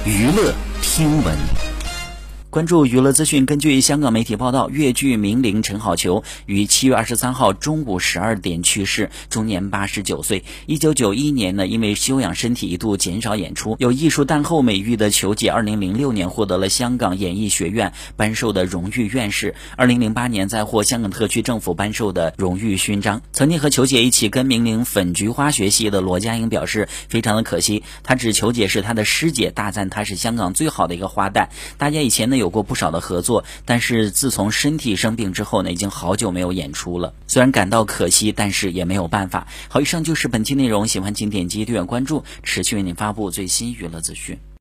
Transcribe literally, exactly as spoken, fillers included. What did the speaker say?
娱乐听闻。关注娱乐资讯，根据香港媒体报道，粤剧名伶陈好逑于七月二十三号中午十二点去世，终年八十九岁。一九九一年呢，因为休养身体一度减少演出，有艺术诞后美誉的裘姐，二零零六年获得了香港演艺学院颁授的荣誉院士，二零零八年再获香港特区政府颁授的荣誉勋章。曾经和裘姐一起跟名伶粉菊花学戏的罗家英表示，非常的可惜，他指裘姐是他的师姐，大赞她是香港最好的一个花旦。大家以前呢有过不少的合作，但是自从身体生病之后呢，已经好久没有演出了。虽然感到可惜，但是也没有办法。好，以上就是本期内容，喜欢请点击订阅关注，持续为您发布最新娱乐资讯。